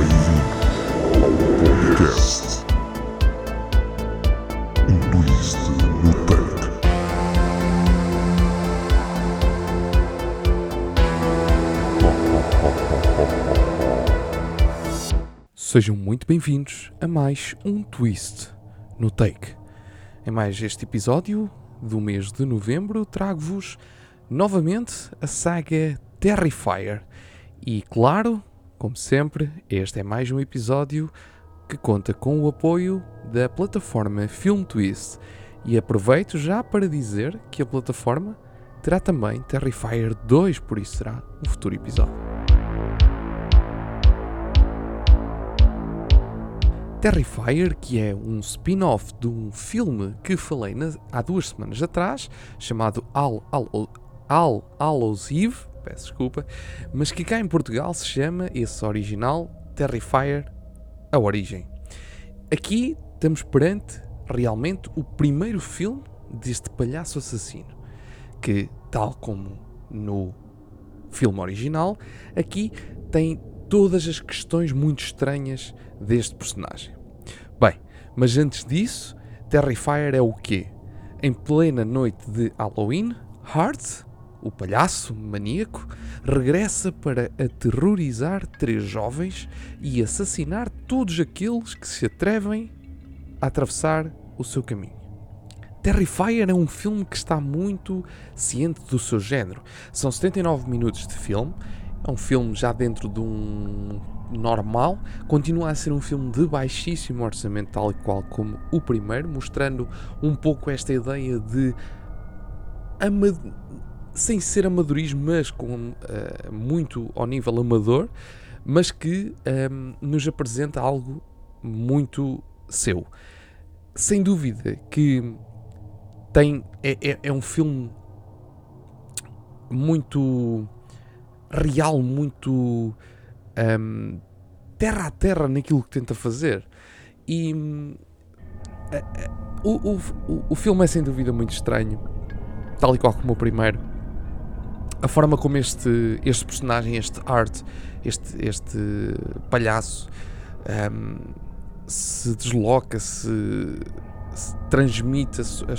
Podcast. Twist no Take. Sejam muito bem-vindos a mais um Twist no Take. Em mais este episódio do mês de novembro, trago-vos novamente a saga Terrifier. E claro, como sempre, este é mais um episódio que conta com o apoio da plataforma Film Twist. E aproveito já para dizer que a plataforma terá também Terrifier 2, por isso será um futuro episódio. Terrifier, que é um spin-off de um filme que falei há 2 semanas atrás, chamado All Hallows Eve, peço desculpa, mas que cá em Portugal se chama, esse original, Terrifier, a origem. Aqui estamos perante, realmente, o primeiro filme deste palhaço assassino, que, tal como no filme original, aqui tem todas as questões muito estranhas deste personagem. Bem, mas antes disso, Terrifier é o quê? Em plena noite de Halloween, Hart, o palhaço maníaco, regressa para aterrorizar 3 jovens e assassinar todos aqueles que se atrevem a atravessar o seu caminho. Terrifier é um filme que está muito ciente do seu género. São 79 minutos de filme. É um filme já dentro de um normal, continua a ser um filme de baixíssimo orçamento, tal e qual como o primeiro, mostrando um pouco esta ideia de sem ser amadorismo, mas com muito ao nível amador, mas que nos apresenta algo muito seu. Sem dúvida que é um filme muito real, muito terra a terra naquilo que tenta fazer. E o filme é sem dúvida muito estranho, tal e qual como o primeiro. A forma como este personagem, este Art, este palhaço se desloca, se transmite as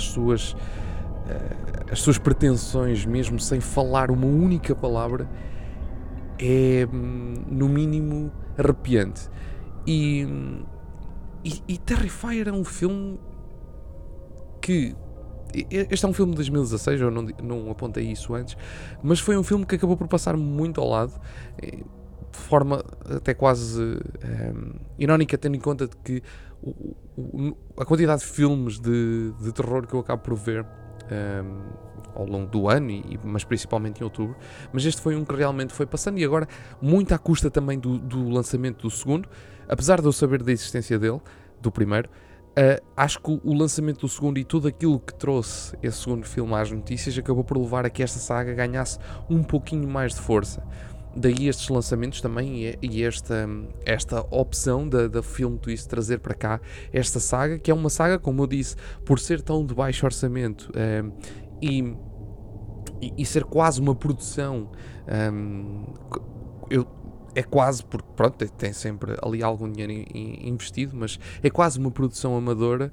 suas pretensões, mesmo sem falar uma única palavra, é no mínimo arrepiante. E Terrifier é um filme que... Este é um filme de 2016, eu não apontei isso antes, mas foi um filme que acabou por passar muito ao lado, de forma até quase irónica, tendo em conta de que a quantidade de filmes de terror que eu acabo por ver ao longo do ano, mas principalmente em outubro, mas este foi um que realmente foi passando, e agora muito à custa também do lançamento do segundo, apesar de eu saber da existência dele, do primeiro. Acho que o lançamento do segundo e tudo aquilo que trouxe esse segundo filme às notícias acabou por levar a que esta saga ganhasse um pouquinho mais de força. Daí estes lançamentos também e esta opção da Film Twist trazer para cá esta saga, que é uma saga, como eu disse, por ser tão de baixo orçamento e ser quase uma produção, é quase, porque pronto, tem sempre ali algum dinheiro investido, mas é quase uma produção amadora.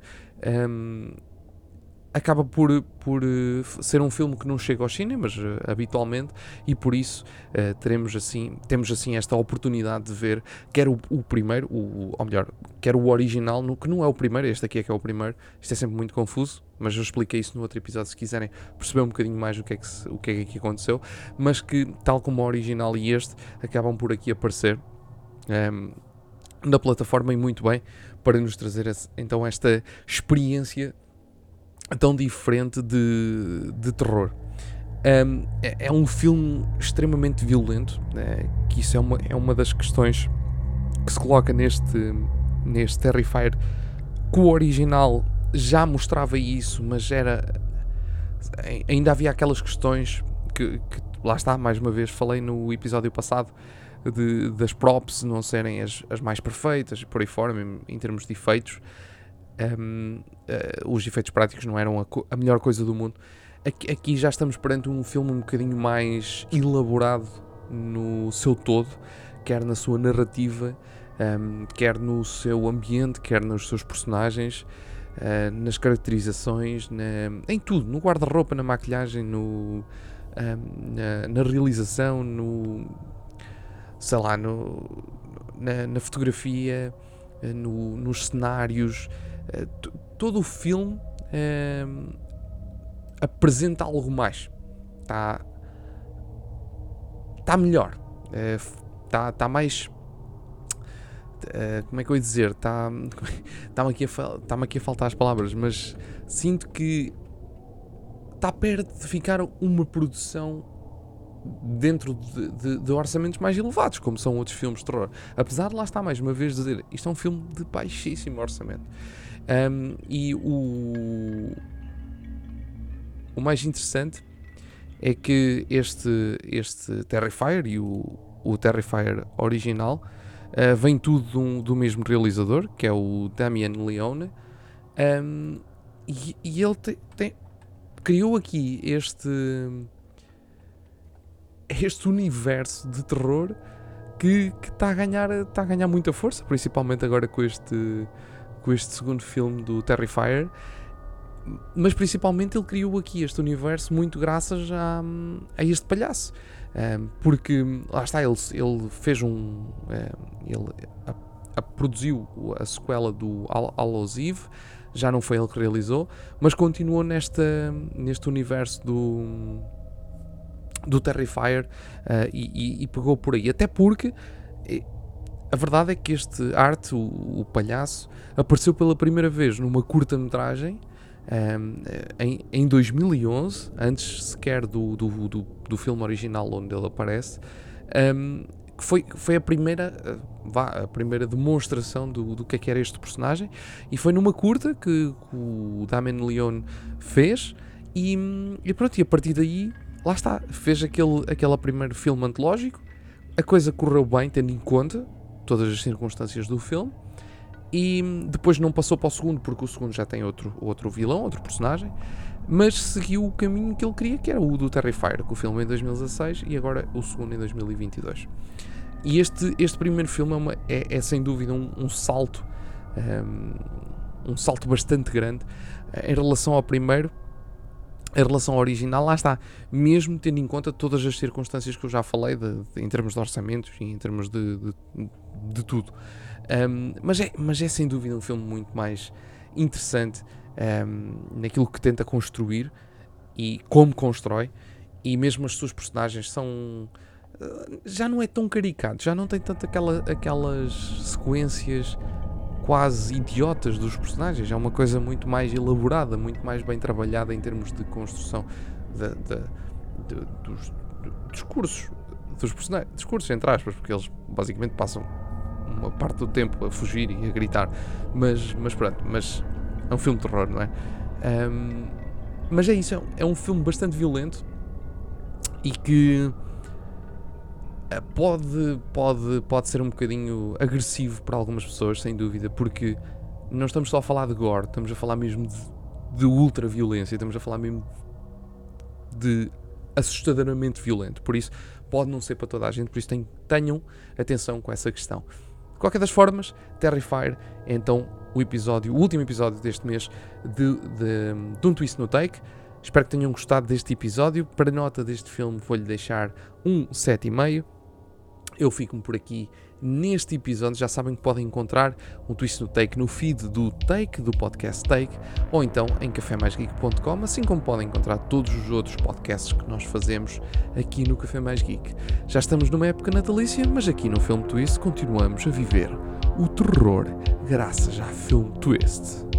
Acaba por ser um filme que não chega aos cinemas habitualmente, e por isso temos assim esta oportunidade de ver quer o primeiro, ou melhor, quer o original, que não é o primeiro, este aqui é que é o primeiro. Isto é sempre muito confuso, mas eu expliquei isso no outro episódio se quiserem perceber um bocadinho mais o que é que aqui aconteceu, mas que, tal como o original e este, acabam por aqui aparecer na plataforma, e muito bem, para nos trazer então esta experiência tão diferente de terror. É um filme extremamente violento, que isso é uma das questões que se coloca neste Terrifier, que o original já mostrava isso, mas ainda havia aquelas questões que lá está, mais uma vez falei no episódio passado, das props não serem as mais perfeitas, por aí fora, em termos de efeitos. Os efeitos práticos não eram a melhor coisa do mundo. Aqui já estamos perante um filme um bocadinho mais elaborado no seu todo, quer na sua narrativa, quer no seu ambiente, quer nos seus personagens, nas caracterizações, em tudo, no guarda-roupa, na maquilhagem, na realização, sei lá, na fotografia, nos cenários. Todo o filme apresenta algo mais. Está melhor. Está mais... como é que eu ia dizer? Está-me aqui a faltar as palavras, mas sinto que está perto de ficar uma produção dentro de orçamentos mais elevados, como são outros filmes de terror. Apesar de lá estar mais uma vez dizer, isto é um filme de baixíssimo orçamento. E o mais interessante é que este Terrifier e o Terrifier original vem tudo do mesmo realizador, que é o Damien Leone, e ele criou aqui este universo de terror que está a ganhar muita força, principalmente agora com este segundo filme do Terrifier. Mas principalmente ele criou aqui este universo muito graças a este palhaço, porque lá está, ele fez ele produziu a sequela do Hallows Eve. Já não foi ele que realizou, mas continuou neste universo do Terrifier, e pegou por aí, até porque a verdade é que este Art, o palhaço, apareceu pela primeira vez numa curta-metragem em 2011, antes sequer do filme original onde ele aparece, que foi a primeira demonstração do que era este personagem, e foi numa curta que o Damien Leone fez, e pronto, e a partir daí, lá está, fez aquele primeiro filme antológico. A coisa correu bem, tendo em conta todas as circunstâncias do filme, e depois não passou para o segundo, porque o segundo já tem outro vilão, outro personagem, mas seguiu o caminho que ele queria, que era o do Terrifier, com o filme em 2016 e agora o segundo em 2022. E este primeiro filme é sem dúvida um salto bastante grande em relação ao primeiro, em relação ao original. Lá está, mesmo tendo em conta todas as circunstâncias que eu já falei, em termos de orçamentos e em termos de tudo. Mas é sem dúvida um filme muito mais interessante naquilo que tenta construir e como constrói, e mesmo as suas personagens são... já não é tão caricato, já não tem tanto aquelas sequências quase idiotas dos personagens. É uma coisa muito mais elaborada, muito mais bem trabalhada em termos de construção dos discursos dos personagens, discursos entre aspas, porque eles basicamente passam uma parte do tempo a fugir e a gritar, mas pronto, mas é um filme de terror, não é? Mas é isso, é um filme bastante violento e que pode ser um bocadinho agressivo para algumas pessoas, sem dúvida, porque não estamos só a falar de gore, estamos a falar mesmo de ultra violência, estamos a falar mesmo de assustadoramente violento. Por isso pode não ser para toda a gente, por isso tenham atenção com essa questão. De qualquer das formas, Terrifier é então o último episódio deste mês de Um Twist no Take. Espero que tenham gostado deste episódio. Para nota deste filme vou-lhe deixar um 7,5. Eu fico-me por aqui neste episódio. Já sabem que podem encontrar Um Twist no Take no feed do Take, do podcast Take, ou então em cafemaisgeek.com, assim como podem encontrar todos os outros podcasts que nós fazemos aqui no Café Mais Geek. Já estamos numa época natalícia, mas aqui no Film Twist continuamos a viver o terror graças à Film Twist.